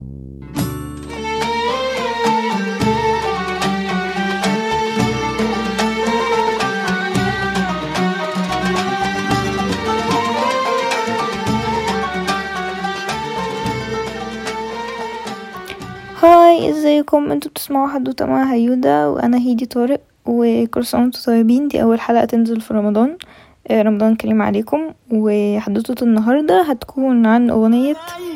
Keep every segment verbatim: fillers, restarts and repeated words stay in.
هاي، ازيكم؟ انتوا بتسمعوا حدوته مع هيودا وانا هيدي طارق، وكل سنه وانتم طيبين. دي اول حلقه تنزل في رمضان. آه، رمضان كريم عليكم. وحدوته النهارده هتكون عن اغنيه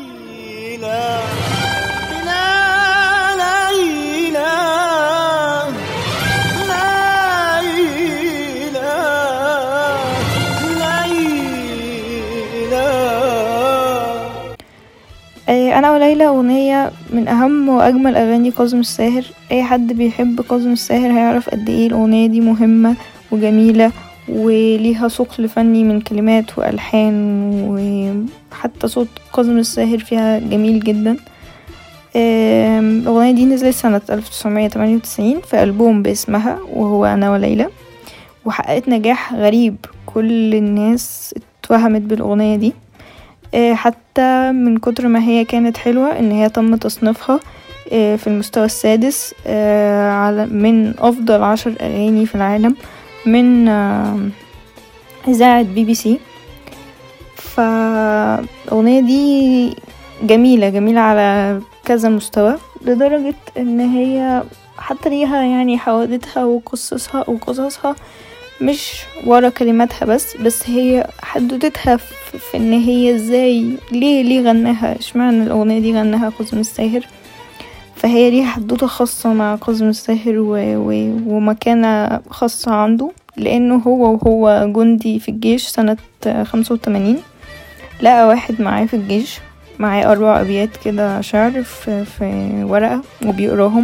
انا وليلى. اغنيه من اهم واجمل اغاني كاظم الساهر. اي حد بيحب كاظم الساهر هيعرف قد ايه الاغنيه دي مهمه وجميله، وليها ثقل فني من كلمات والحان، وحتى صوت كاظم الساهر فيها جميل جدا. الاغنيه دي نزلت سنه ألف وتسعمية تمانية وتسعين في ألبوم باسمها وهو انا وليلى، وحققت نجاح غريب. كل الناس اتوهمت بالاغنيه دي، حتى من كتر ما هي كانت حلوة ان هي تم تصنيفها في المستوى السادس من افضل عشر اغاني في العالم من اذاعة بي بي سي. فالاغنية دي جميلة جميلة على كذا مستوى، لدرجة ان هي حتى ليها يعني حوادثها وقصصها وقصصها مش ورا كلماتها بس بس هي حددتها في, في ان هي ازاي ليه ليه غناها، اشمعنى الاغنيه دي غناها كاظم الساهر. فهي ليها حدوته خاصه مع كاظم الساهر و... و... ومكانه خاصه عنده، لانه هو وهو جندي في الجيش سنه خمسة وتمانين لقى واحد معاه في الجيش معاه اربع ابيات كده شعر في, في ورقه وبيقراهم.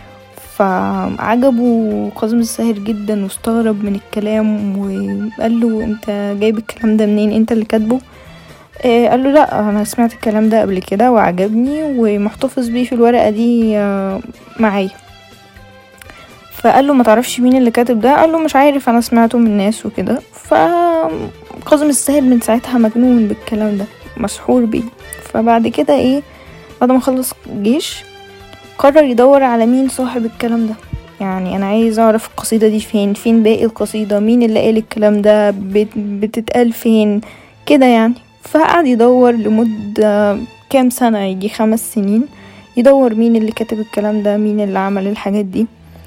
فعجبه كاظم الساهر جدا واستغرب من الكلام، وقال له انت جايب الكلام ده منين؟ انت اللي كاتبه؟ اه قال له لا، انا سمعت الكلام ده قبل كده وعجبني ومحتفظ بيه في الورقه دي اه معايا. فقال له ما تعرفش مين اللي كاتب ده؟ قال له مش عارف، انا سمعته من الناس وكده. فكاظم الساهر من ساعتها مجنون بالكلام ده، مسحور بيه. فبعد كده ايه، بعد ما خلص الجيش قرر يدور على مين صاحب الكلام ده. يعني انا عايز اعرف القصيدة دي فين فين باقي القصيدة، مين اللي قال الكلام ده، بتتقال فين كده يعني. فقعد يدور لمدة كام سنة، يجي خمس سنين يدور مين اللي كتب الكلام ده، مين اللي عمل الحاجات دي.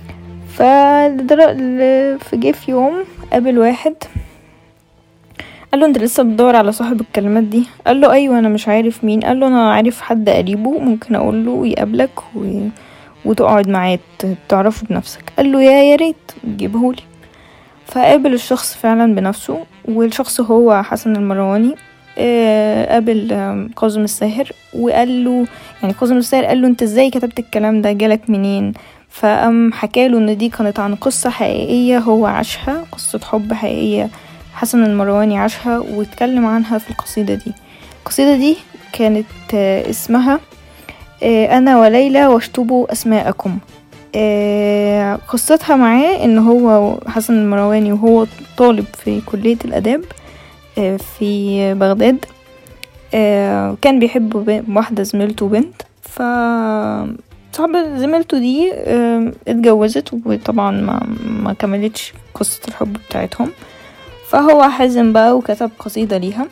فجي في يوم قابل واحد قال له انت لسه بتدور على صاحب الكلمات دي؟ قال له ايوه، انا مش عارف مين. قال له انا عارف حد قريبه، ممكن اقول له يقابلك و... وتقعد معاه تعرفه بنفسك. قال له يا يا ريت تجيبهولي. فقابل الشخص فعلا بنفسه، والشخص هو حسن المرواني. قابل كاظم الساهر وقال له، يعني كاظم الساهر قال له انت ازاي كتبت الكلام ده، جالك منين؟ فقام حكاله ان دي كانت عن قصة حقيقية هو عاشها، قصة حب حقيقية حسن المرواني عاشها واتكلم عنها في القصيدة دي. القصيدة دي كانت اسمها أنا وليلى واشطبوا أسماءكم. قصتها معاه ان هو حسن المرواني وهو طالب في كلية الأداب في بغداد، كان بيحب واحدة زميلته بنت. ف صاحبة زميلته دي اتجوزت، وطبعا ما, ما كملتش قصة الحب بتاعتهم. فهو حزن بقى وكتب قصيدة ليها.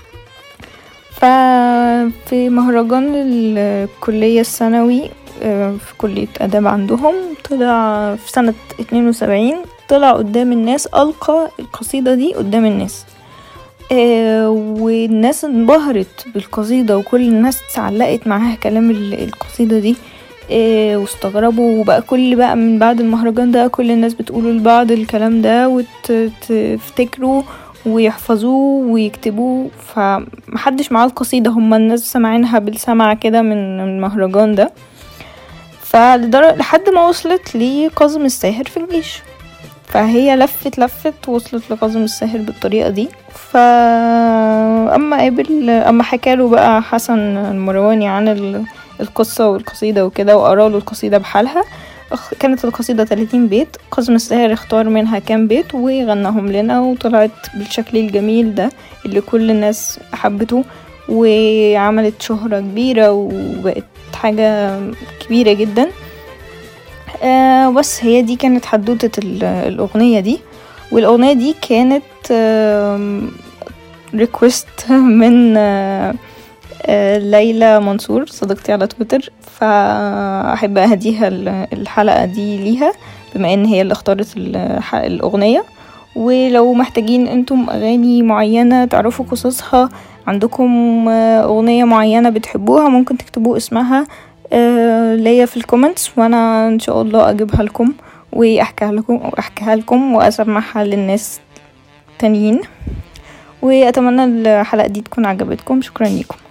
ففي مهرجان الكلية الثانوي في كلية أداب عندهم، طلع في سنة اتنين وسبعين طلع قدام الناس، ألقى القصيدة دي قدام الناس. والناس انبهرت بالقصيدة، وكل الناس تعلقت معاها كلام القصيدة دي واستغربوا. وبقى كل بقى من بعد المهرجان ده كل الناس بتقولوا لبعض الكلام ده وتفتكروا ويحفظوه ويكتبوه. فمحدش معاه القصيدة، هما الناس سمعينها بالسمع كده من المهرجان ده. فلحد ما وصلت لكاظم الساهر في الجيش، فهي لفت لفت وصلت لكاظم الساهر بالطريقة دي. فأما قابل أما حكاله بقى حسن المرواني عن القصة والقصيدة وكده، وقراله القصيدة بحالها. كانت القصيدة ثلاثين بيت، كاظم الساهر اختار منها كام بيت وغناهم لنا، وطلعت بالشكل الجميل ده اللي كل الناس حبته وعملت شهرة كبيرة وبقت حاجة كبيرة جدا. آه بس هي دي كانت حدوتة الأغنية دي. والأغنية دي كانت آه ريكوست من آه آه ليلى منصور صديقتي على تويتر، فأحب أهديها الحلقة دي ليها بما ان هي اللي اختارت الأغنية. ولو محتاجين انتم أغاني معينة تعرفوا قصصها، عندكم أغنية معينة بتحبوها، ممكن تكتبوا اسمها آه ليا في الكومنتس، وانا ان شاء الله اجيبها لكم واحكيها لكم واحكيها لكم واسمعها للناس تانيين. واتمنى الحلقة دي تكون عجبتكم. شكرا لكم.